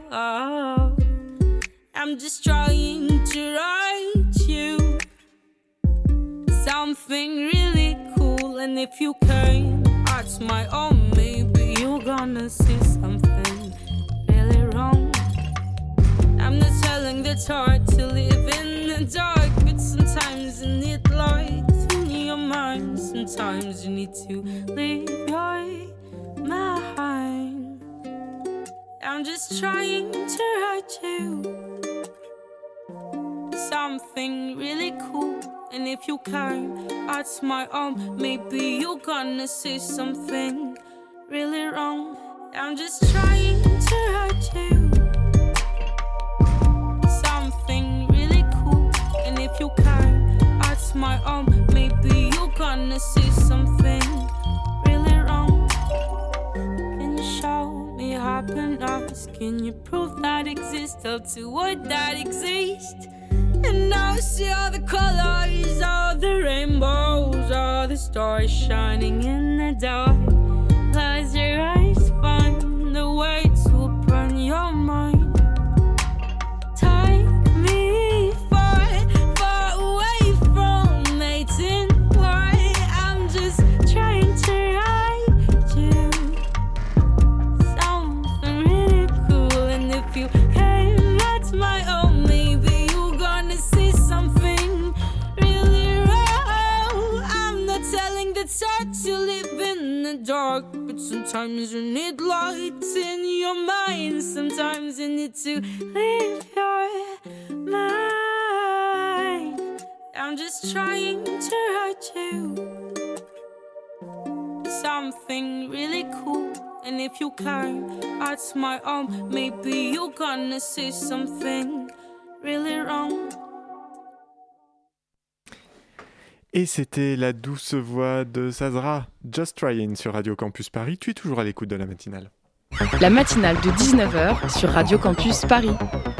I'm just trying to write you something really cool, and if you came out my own, maybe you're gonna see something really wrong. I'm not telling that it's hard to live in the dark, but sometimes you need light in your mind. Sometimes you need to leave your mind. I'm just trying to write you something really cool, and if you climb out my arm, maybe you're gonna say something really wrong. I'm just trying to write you something really cool, and if you climb out my arm, maybe you're gonna say something really wrong. Can you show me happiness? can you prove that exists? Tell to what that exists. And now I see all the colors, all the rainbows, all the stars shining in the dark. Close your eyes, find the way to open your mind. Take me far, far away from mating light. I'm just trying to write you something really cool. And if you came, that's my own. Maybe you're gonna see something really wrong. I'm not telling the time to live in the dark, but sometimes you need light in your mind. Sometimes you need to leave your mind. I'm just trying to write you something really cool. And if you can, that's my own. Maybe you're gonna see something really wrong. Et c'était la douce voix de Sazra, Just Trying sur Radio Campus Paris. Tu es toujours à l'écoute de la matinale. La matinale de 19h sur Radio Campus Paris.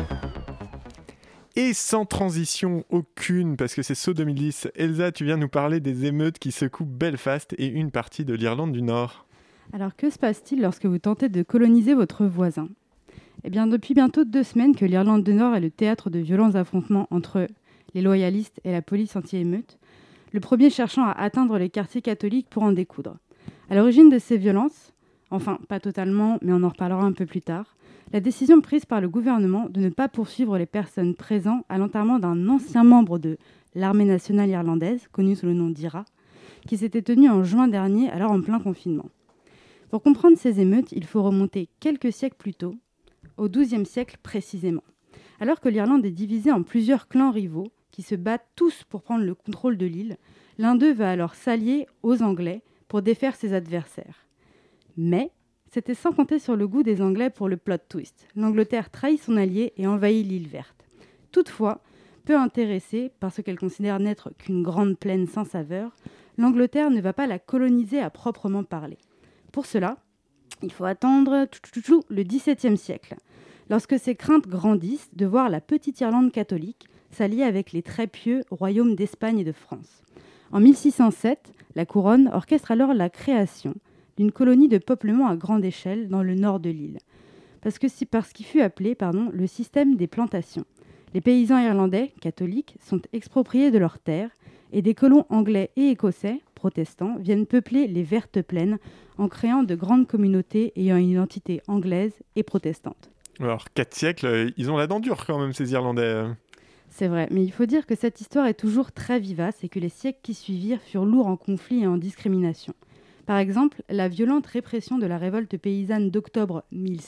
Et sans transition aucune, parce que c'est So 2010, Elsa, tu viens nous parler des émeutes qui secouent Belfast et une partie de l'Irlande du Nord. Alors que se passe-t-il lorsque vous tentez de coloniser votre voisin ? Eh bien, depuis bientôt 2 semaines que l'Irlande du Nord est le théâtre de violents affrontements entre les loyalistes et la police anti-émeute, le premier cherchant à atteindre les quartiers catholiques pour en découdre. À l'origine de ces violences, enfin pas totalement, mais on en reparlera un peu plus tard, la décision prise par le gouvernement de ne pas poursuivre les personnes présentes à l'enterrement d'un ancien membre de l'armée nationale irlandaise, connu sous le nom d'IRA, qui s'était tenu en juin dernier, alors en plein confinement. Pour comprendre ces émeutes, il faut remonter quelques siècles plus tôt, au XIIe siècle précisément. Alors que l'Irlande est divisée en plusieurs clans rivaux, qui se battent tous pour prendre le contrôle de l'île, l'un d'eux va alors s'allier aux Anglais pour défaire ses adversaires. Mais c'était sans compter sur le goût des Anglais pour le plot twist. L'Angleterre trahit son allié et envahit l'île verte. Toutefois, peu intéressée par ce qu'elle considère n'être qu'une grande plaine sans saveur, l'Angleterre ne va pas la coloniser à proprement parler. Pour cela, il faut attendre le XVIIe siècle, lorsque ses craintes grandissent de voir la petite Irlande catholique s'allier avec les très pieux royaumes d'Espagne et de France. En 1607, la couronne orchestre alors la création d'une colonie de peuplement à grande échelle dans le nord de l'île, par ce qui fut appelé le système des plantations. Les paysans irlandais, catholiques, sont expropriés de leurs terres et des colons anglais et écossais, protestants, viennent peupler les vertes plaines en créant de grandes communautés ayant une identité anglaise et protestante. Alors, 4 siècles, ils ont la dent dure quand même, ces Irlandais. C'est vrai, mais il faut dire que cette histoire est toujours très vivace et que les siècles qui suivirent furent lourds en conflits et en discrimination. Par exemple, la violente répression de la révolte paysanne d'octobre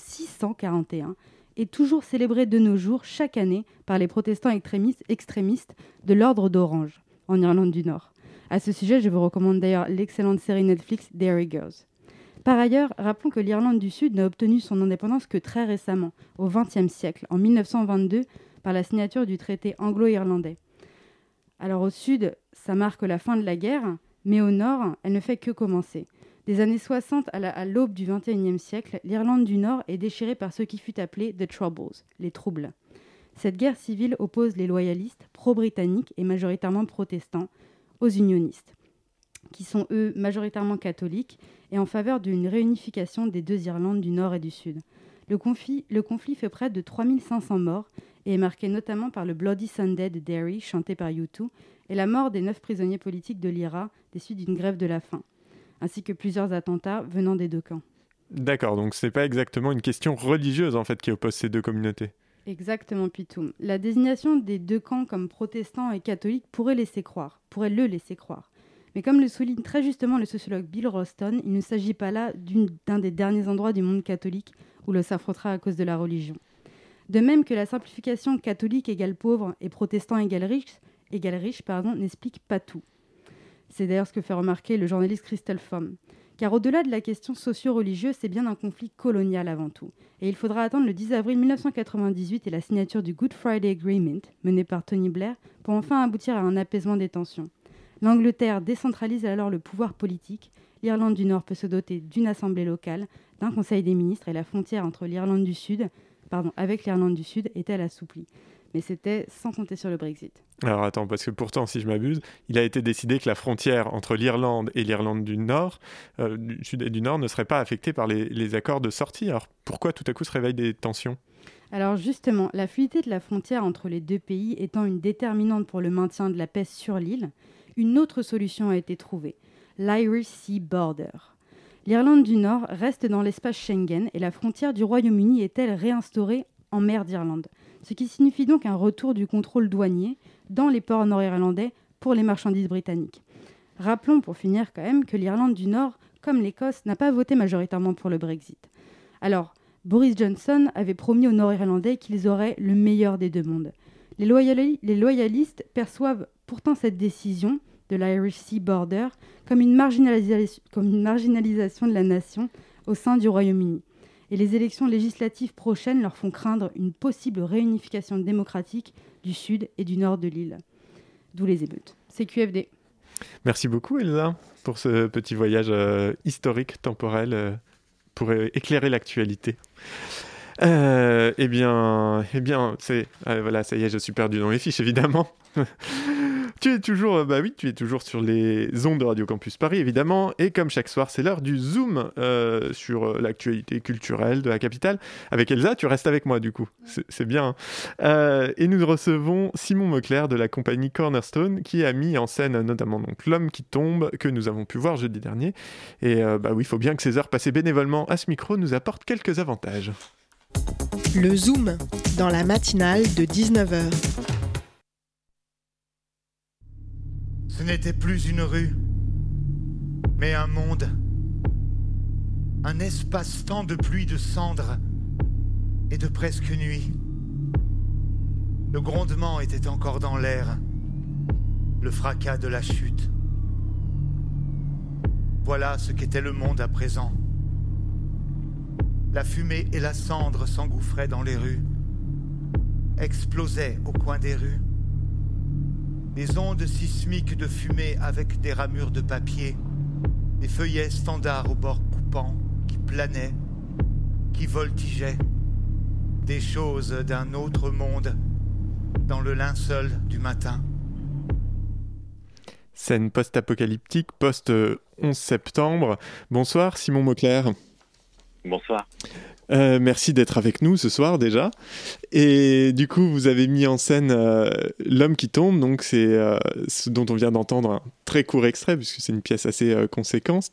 1641 est toujours célébrée de nos jours chaque année par les protestants extrémistes de l'ordre d'Orange, en Irlande du Nord. À ce sujet, je vous recommande d'ailleurs l'excellente série Netflix Derry Girls. Par ailleurs, rappelons que l'Irlande du Sud n'a obtenu son indépendance que très récemment, au XXe siècle, en 1922, par la signature du traité anglo-irlandais. Alors au sud, ça marque la fin de la guerre, mais au nord, elle ne fait que commencer. Des années 60 à l'aube du XXIe siècle, l'Irlande du Nord est déchirée par ce qui fut appelé « the Troubles », les troubles. Cette guerre civile oppose les loyalistes, pro-britanniques et majoritairement protestants, aux unionistes, qui sont eux majoritairement catholiques et en faveur d'une réunification des 2 Irlandes du Nord et du Sud. Le conflit fait près de 3500 morts et est marqué notamment par le Bloody Sunday de Derry, chanté par U2, et la mort des 9 prisonniers politiques de l'IRA des suites d'une grève de la faim, ainsi que plusieurs attentats venant des 2 camps. D'accord, donc c'est pas exactement une question religieuse en fait qui oppose ces 2 communautés. Exactement, Pitoum. La désignation des 2 camps comme protestants et catholiques pourrait le laisser croire. Mais comme le souligne très justement le sociologue Bill Roston, il ne s'agit pas là d'un des derniers endroits du monde catholique où l'on s'affrontera à cause de la religion. De même que la simplification catholique égale pauvre et protestant égale riche, n'explique pas tout. C'est d'ailleurs ce que fait remarquer le journaliste Crystal Fomm. Car au-delà de la question socio-religieuse, c'est bien un conflit colonial avant tout. Et il faudra attendre le 10 avril 1998 et la signature du Good Friday Agreement, mené par Tony Blair, pour enfin aboutir à un apaisement des tensions. L'Angleterre décentralise alors le pouvoir politique, l'Irlande du Nord peut se doter d'une assemblée locale, d'un conseil des ministres et la frontière entre avec l'Irlande du Sud est-elle assouplie. Mais c'était sans compter sur le Brexit. Alors attends, parce que pourtant, si je m'abuse, il a été décidé que la frontière entre l'Irlande et l'Irlande du Nord, du Sud et du Nord, ne serait pas affectée par les accords de sortie. Alors pourquoi tout à coup se réveillent des tensions ? Alors justement, la fluidité de la frontière entre les deux pays étant une déterminante pour le maintien de la paix sur l'île, une autre solution a été trouvée, l'Irish Sea Border. L'Irlande du Nord reste dans l'espace Schengen et la frontière du Royaume-Uni est-elle réinstaurée en mer d'Irlande, ce qui signifie donc un retour du contrôle douanier dans les ports nord-irlandais pour les marchandises britanniques. Rappelons pour finir quand même que l'Irlande du Nord, comme l'Écosse, n'a pas voté majoritairement pour le Brexit. Alors, Boris Johnson avait promis aux Nord-Irlandais qu'ils auraient le meilleur des deux mondes. Les loyalistes perçoivent pourtant cette décision de l'Irish Sea Border comme une marginalisation de la nation au sein du Royaume-Uni. Et les élections législatives prochaines leur font craindre une possible réunification démocratique du sud et du nord de l'île. D'où les émeutes. C'est QFD. Merci beaucoup Elsa pour ce petit voyage historique, temporel, pour éclairer l'actualité. Eh bien, c'est... voilà, ça y est, je suis perdu dans les fiches, évidemment. Tu es toujours sur les ondes de Radio Campus Paris, évidemment, et comme chaque soir, c'est l'heure du Zoom sur l'actualité culturelle de la capitale. Avec Elsa, tu restes avec moi, du coup. C'est bien. Et nous recevons Simon Mauclair de la compagnie Cornerstone, qui a mis en scène notamment donc, L'Homme qui tombe, que nous avons pu voir jeudi dernier. Et oui, il faut bien que ces heures passées bénévolement à ce micro nous apportent quelques avantages. Le Zoom, dans la matinale de 19h. Ce n'était plus une rue, mais un monde. Un espace-temps de pluie de cendres et de presque nuit. Le grondement était encore dans l'air, le fracas de la chute. Voilà ce qu'était le monde à présent. La fumée et la cendre s'engouffraient dans les rues, explosaient au coin des rues. Des ondes sismiques de fumée avec des ramures de papier, des feuillets standards au bord coupant qui planaient, qui voltigeaient, des choses d'un autre monde dans le linceul du matin. Scène post-apocalyptique, post-11 septembre. Bonsoir Simon Mauclair. Bonsoir. Merci d'être avec nous ce soir déjà. Et du coup, vous avez mis en scène L'Homme qui tombe, donc c'est ce dont on vient d'entendre un très court extrait, puisque c'est une pièce assez conséquente.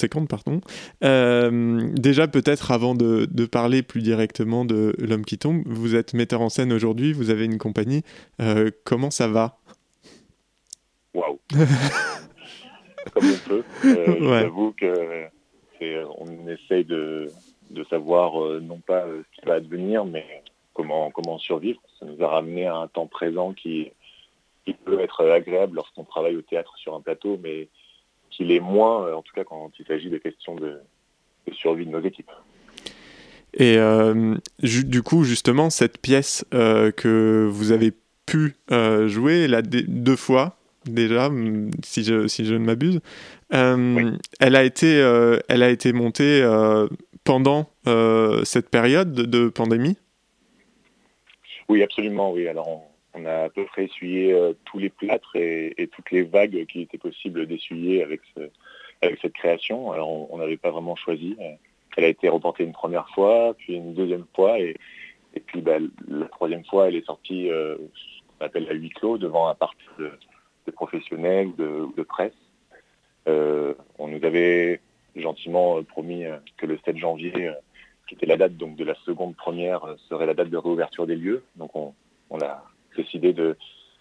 Déjà, peut-être avant de parler plus directement de L'Homme qui tombe, vous êtes metteur en scène aujourd'hui, vous avez une compagnie. Comment ça va ? Waouh. Comme on peut. Ouais. J'avoue que on essaye de savoir non pas ce qui va advenir, mais comment survivre. Ça nous a ramené à un temps présent qui peut être agréable lorsqu'on travaille au théâtre sur un plateau, mais qui l'est moins, en tout cas quand il s'agit de questions de survie de nos équipes. Et du coup, justement, cette pièce que vous avez pu jouer là, 2 fois, déjà, si je ne m'abuse, oui. Elle a été montée pendant cette période de pandémie ? Oui, absolument, oui. Alors, on a à peu près essuyé tous les plâtres et toutes les vagues qu'il était possible d'essuyer avec cette création. Alors, on n'avait pas vraiment choisi. Elle a été reportée une première fois, puis une deuxième fois, et puis la troisième fois, elle est sortie ce qu'on appelle à huis clos, devant un parti de professionnels ou de presse. On nous avait gentiment promis que le 7 janvier, qui était la date donc de la seconde première, serait la date de réouverture des lieux. Donc on a décidé de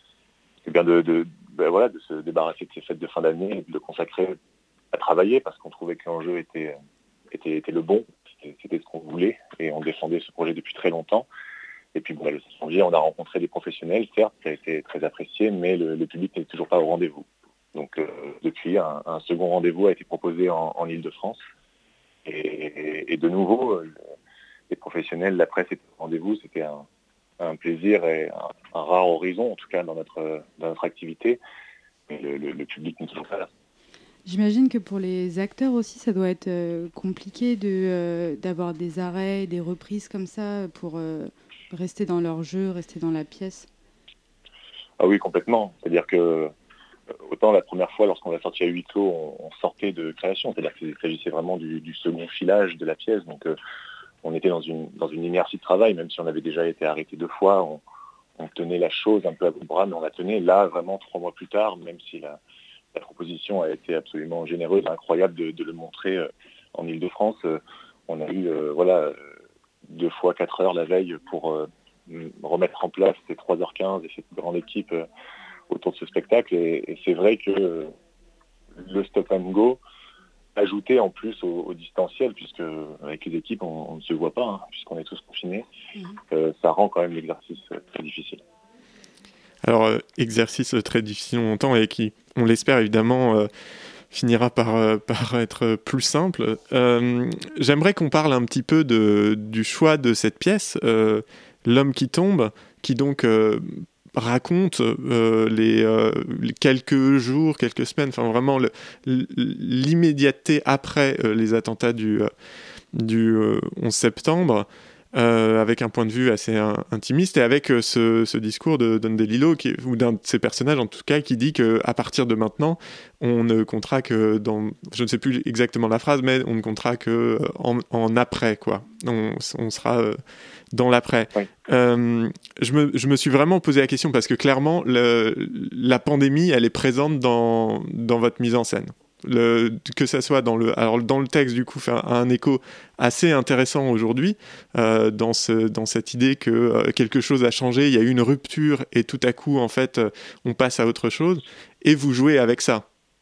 se débarrasser de ces fêtes de fin d'année et de le consacrer à travailler, parce qu'on trouvait que l'enjeu était le bon, c'était ce qu'on voulait, et on défendait ce projet depuis très longtemps. Et puis le 7 janvier, on a rencontré des professionnels, certes, ça a été très apprécié, mais le public n'est toujours pas au rendez-vous. Donc depuis, un second rendez-vous a été proposé en Île-de-France. Et de nouveau, les professionnels, la presse étaient au rendez-vous. C'était un plaisir et un rare horizon, en tout cas dans notre activité. Mais le public n'est toujours pas là. J'imagine que pour les acteurs aussi, ça doit être compliqué d'avoir des arrêts, des reprises comme ça pour rester dans leur jeu, rester dans la pièce. Ah oui, complètement. C'est-à-dire que autant la première fois, lorsqu'on a sorti à huis clos, on sortait de création. C'est-à-dire qu'il s'agissait vraiment du second filage de la pièce. Donc on était dans une inertie de travail, même si on avait déjà été arrêté 2 fois. On tenait la chose un peu à bout de bras, mais on la tenait. Là, vraiment 3 mois plus tard, même si la proposition a été absolument généreuse, incroyable de le montrer en Ile-de-France. On a eu 2 fois 4 heures la veille pour remettre en place ces 3h15 et cette grande équipe autour de ce spectacle. Et c'est vrai que le stop and go, ajouté en plus au distanciel, puisque avec les équipes, on ne se voit pas, hein, puisqu'on est tous confinés, ça rend quand même l'exercice très difficile. Alors, exercice très difficile longtemps et qui, on l'espère évidemment, finira par être plus simple. J'aimerais qu'on parle un petit peu du choix de cette pièce, L'homme qui tombe, qui donc raconte les quelques jours, quelques semaines, enfin vraiment l'immédiateté après les attentats du 11 septembre, avec un point de vue assez intimiste et avec ce discours de Don DeLillo, ou d'un de ses personnages en tout cas, qui dit qu'à partir de maintenant, on ne comptera que dans, je ne sais plus exactement la phrase, mais on ne comptera que en après, quoi. On sera dans l'après. Oui. Je me suis vraiment posé la question parce que clairement, la pandémie, elle est présente dans votre mise en scène. Que ça soit dans le texte, du coup, fait un écho assez intéressant aujourd'hui dans cette idée que quelque chose a changé, il y a eu une rupture et tout à coup, en fait, on passe à autre chose et vous jouez avec ça.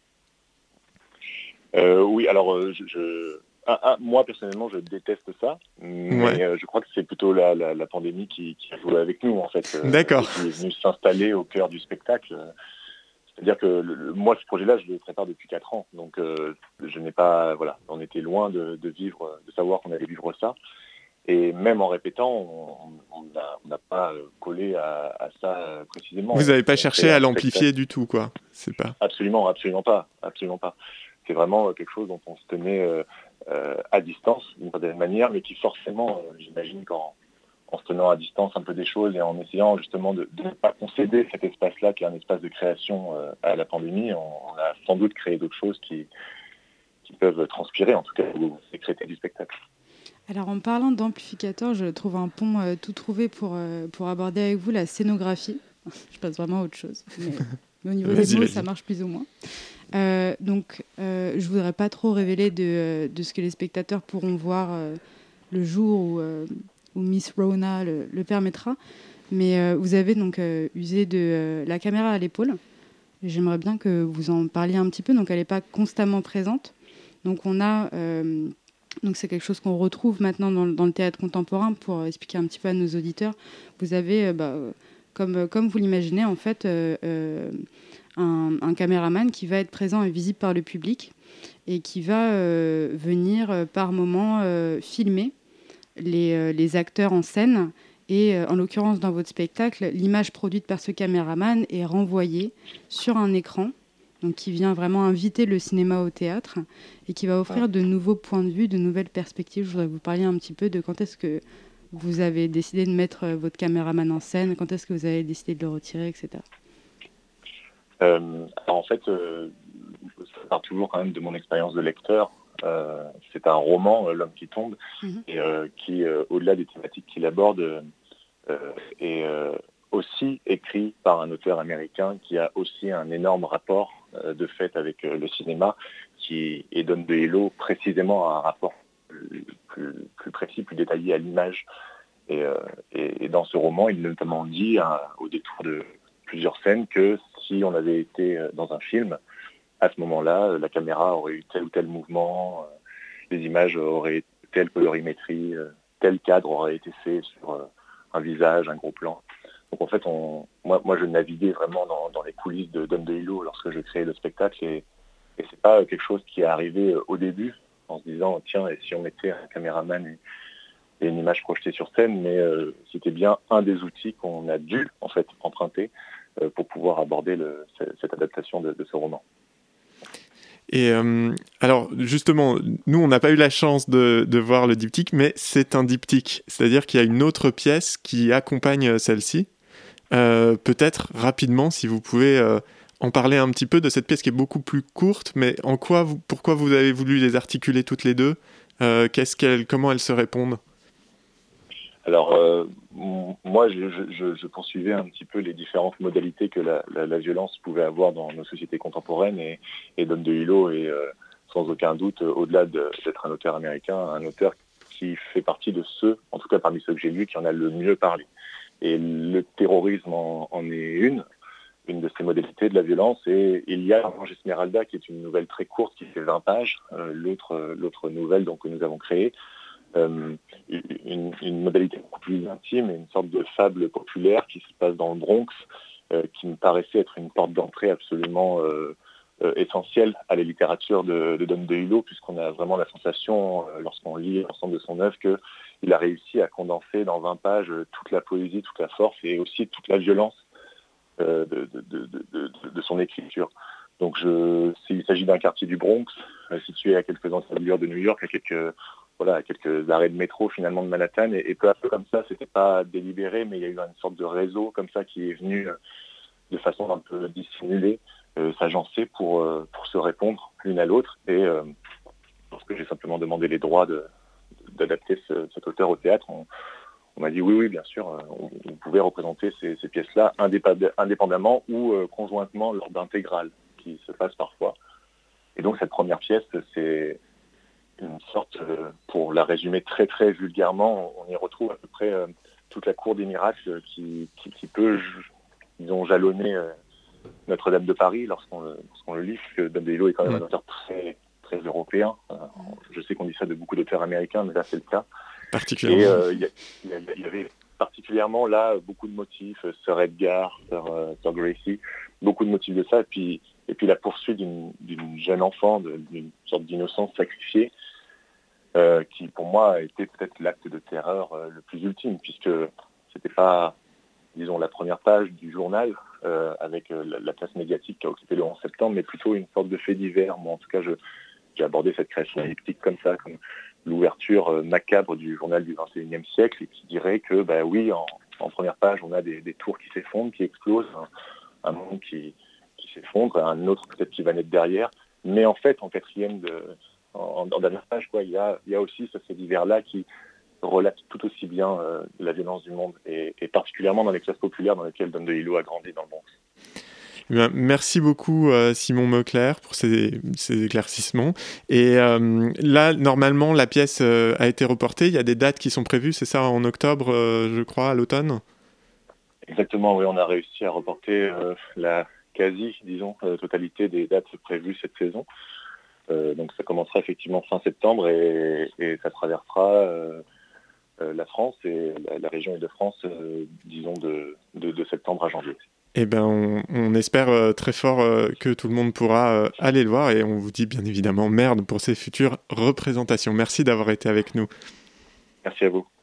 Oui, alors moi personnellement je déteste ça, mais je crois que c'est plutôt la pandémie qui a joué avec nous en fait. D'accord. Qui est venue s'installer au cœur du spectacle. C'est-à-dire que moi, ce projet-là, je le prépare depuis 4 ans. Donc, je n'ai pas, on était loin de savoir qu'on allait vivre ça. Et même en répétant, on n'a pas collé à ça précisément. Vous n'avez pas cherché à l'amplifier du tout, quoi. C'est pas. Absolument pas. C'est vraiment quelque chose dont on se tenait à distance d'une certaine manière, mais qui forcément, j'imagine en se tenant à distance un peu des choses et en essayant justement de ne pas concéder cet espace-là qui est un espace de création à la pandémie, on a sans doute créé d'autres choses qui peuvent transpirer, en tout cas, ou sécréter du spectacle. Alors en parlant d'amplificateur, je trouve un pont tout trouvé pour aborder avec vous la scénographie. Je passe vraiment à autre chose, mais au niveau des mots, ça marche plus ou moins. Donc je voudrais pas trop révéler de ce que les spectateurs pourront voir le jour où Miss Rona le permettra. Mais vous avez donc usé de la caméra à l'épaule. J'aimerais bien que vous en parliez un petit peu. Donc elle n'est pas constamment présente. Donc on a... donc c'est quelque chose qu'on retrouve maintenant dans le théâtre contemporain. Pour expliquer un petit peu à nos auditeurs, vous avez, comme vous l'imaginez, en fait, un caméraman qui va être présent et visible par le public et qui va venir par moments filmer les acteurs en scène. Et en l'occurrence, dans votre spectacle, l'image produite par ce caméraman est renvoyée sur un écran, donc qui vient vraiment inviter le cinéma au théâtre et qui va offrir de nouveaux points de vue, de nouvelles perspectives. Je voudrais vous parler un petit peu de quand est-ce que vous avez décidé de mettre votre caméraman en scène, quand est-ce que vous avez décidé de le retirer, etc. Alors en fait, ça part toujours quand même de mon expérience de lecteur. C'est un roman, L'homme qui tombe, et qui, au-delà des thématiques qu'il aborde, est aussi écrit par un auteur américain qui a aussi un énorme rapport de fait avec le cinéma, et Don DeLillo précisément a un rapport plus précis, plus détaillé à l'image. Et dans ce roman, il notamment dit, au détour de plusieurs scènes, que si on avait été dans un film, à ce moment-là, la caméra aurait eu tel ou tel mouvement, les images auraient telle colorimétrie, tel cadre aurait été fait sur un visage, un gros plan. Donc en fait, moi je naviguais vraiment dans les coulisses de Don DeLillo lorsque je créais le spectacle, et c'est pas quelque chose qui est arrivé au début en se disant tiens, et si on mettait un caméraman et une image projetée sur scène, mais c'était bien un des outils qu'on a dû en fait emprunter pour pouvoir aborder cette adaptation de ce roman. Et alors justement, nous on n'a pas eu la chance de voir le diptyque, mais c'est un diptyque, c'est-à-dire qu'il y a une autre pièce qui accompagne celle-ci. Peut-être rapidement, si vous pouvez en parler un petit peu de cette pièce qui est beaucoup plus courte, mais pourquoi vous avez voulu les articuler toutes les deux, comment elles se répondent? Alors, moi, je poursuivais un petit peu les différentes modalités que la violence pouvait avoir dans nos sociétés contemporaines, et Don DeLillo est sans aucun doute, au-delà d'être un auteur américain, un auteur qui fait partie de ceux, en tout cas parmi ceux que j'ai lus, qui en a le mieux parlé. Et le terrorisme en est une de ces modalités de la violence, et il y a Orange Esmeralda, qui est une nouvelle très courte, qui fait 20 pages, l'autre nouvelle donc, que nous avons créée, une modalité beaucoup plus intime et une sorte de fable populaire qui se passe dans le Bronx, qui me paraissait être une porte d'entrée absolument essentielle à la littérature de Don DeLillo, puisqu'on a vraiment la sensation, lorsqu'on lit l'ensemble de son œuvre, qu'il a réussi à condenser dans 20 pages toute la poésie, toute la force et aussi toute la violence de son écriture. Donc il s'agit d'un quartier du Bronx, situé à quelques encablures de New York, à quelques arrêts de métro finalement de Manhattan, et peu à peu comme ça, c'était pas délibéré, mais il y a eu une sorte de réseau comme ça qui est venu de façon un peu dissimulée s'agencer pour se répondre l'une à l'autre. Et lorsque j'ai simplement demandé les droits d'adapter cet auteur au théâtre, on m'a dit oui, bien sûr, on pouvait représenter ces pièces-là indépendamment ou conjointement lors d'intégrales qui se passent parfois. Et donc cette première pièce, c'est une sorte, pour la résumer très très vulgairement, on y retrouve à peu près toute la cour des miracles qui peut, disons, jalonner Notre-Dame de Paris lorsqu'on le lit, parce que Don DeLillo est quand même un auteur très, très européen. Je sais qu'on dit ça de beaucoup d'auteurs américains, mais là c'est le cas. Particulièrement. Et il y avait particulièrement là beaucoup de motifs, Sir Edgar, Sir Gracie, beaucoup de motifs de ça, et puis la poursuite d'une jeune enfant, d'une sorte d'innocence sacrifiée, qui pour moi a été peut-être l'acte de terreur le plus ultime, puisque c'était pas, disons, la première page du journal avec la place médiatique qui a occupé le 11 septembre, mais plutôt une sorte de fait divers. Moi, en tout cas, j'ai abordé cette création elliptique comme ça, comme l'ouverture macabre du journal du XXIe siècle, et qui dirait que, oui, en première page, on a des tours qui s'effondrent, qui explosent, un monde qui s'effondre, un autre peut-être qui va naître derrière, mais en fait, en quatrième, en dernière page, il y a aussi ce fait divers-là qui relate tout aussi bien la violence du monde, et particulièrement dans les classes populaires dans lesquelles Don DeLillo a grandi dans le Bronx. Merci beaucoup Simon Meuclair pour ces éclaircissements. Et là, normalement, la pièce a été reportée. Il y a des dates qui sont prévues, c'est ça, en octobre, je crois, à l'automne? Exactement, oui, on a réussi à reporter la totalité des dates prévues cette saison. Donc ça commencera effectivement fin septembre et ça traversera la France et la région Île-de-France, disons, de septembre à janvier. Eh bien, on espère très fort que tout le monde pourra aller le voir, et on vous dit bien évidemment merde pour ces futures représentations. Merci d'avoir été avec nous. Merci à vous.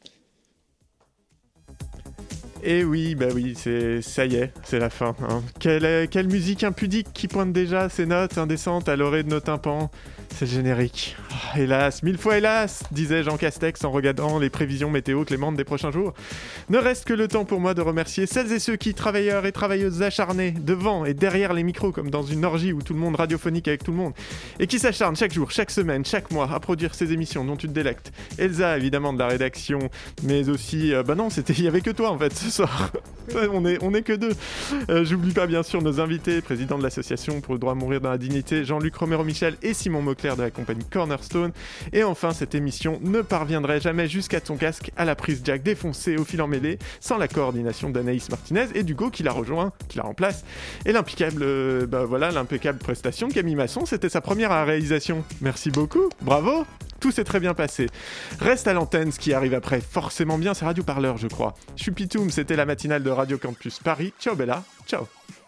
Et oui, ça y est, c'est la fin. Hein. Quelle musique impudique qui pointe déjà ses notes indécentes à l'orée de nos tympans. C'est le générique. Oh, hélas, 1000 fois hélas, disait Jean Castex en regardant les prévisions météo clémentes des prochains jours. Ne reste que le temps pour moi de remercier celles et ceux qui, travailleurs et travailleuses acharnés, devant et derrière les micros, comme dans une orgie où tout le monde radiophonique avec tout le monde, et qui s'acharnent chaque jour, chaque semaine, chaque mois à produire ces émissions dont tu te délectes. Elsa, évidemment, de la rédaction, mais aussi... il y avait que toi, en fait, ce soir. on est que deux. J'oublie pas, bien sûr, nos invités, président de l'association pour le droit à mourir dans la dignité, Jean-Luc Romero-Michel et Simon Meuclair de la compagnie Cornerstone. Et enfin, cette émission ne parviendrait jamais jusqu'à son casque à la prise jack défoncée au fil emmêlé, sans la coordination d'Anaïs Martinez et d'Hugo qui la rejoint, qui la remplace. Et l'impeccable prestation de Camille Masson, c'était sa première à la réalisation. Merci beaucoup, bravo, tout s'est très bien passé. Reste à l'antenne, ce qui arrive après forcément bien, c'est Radio Parleur, je crois. Je suis Pitoum, c'était la matinale de Radio Campus Paris. Ciao Bella, ciao.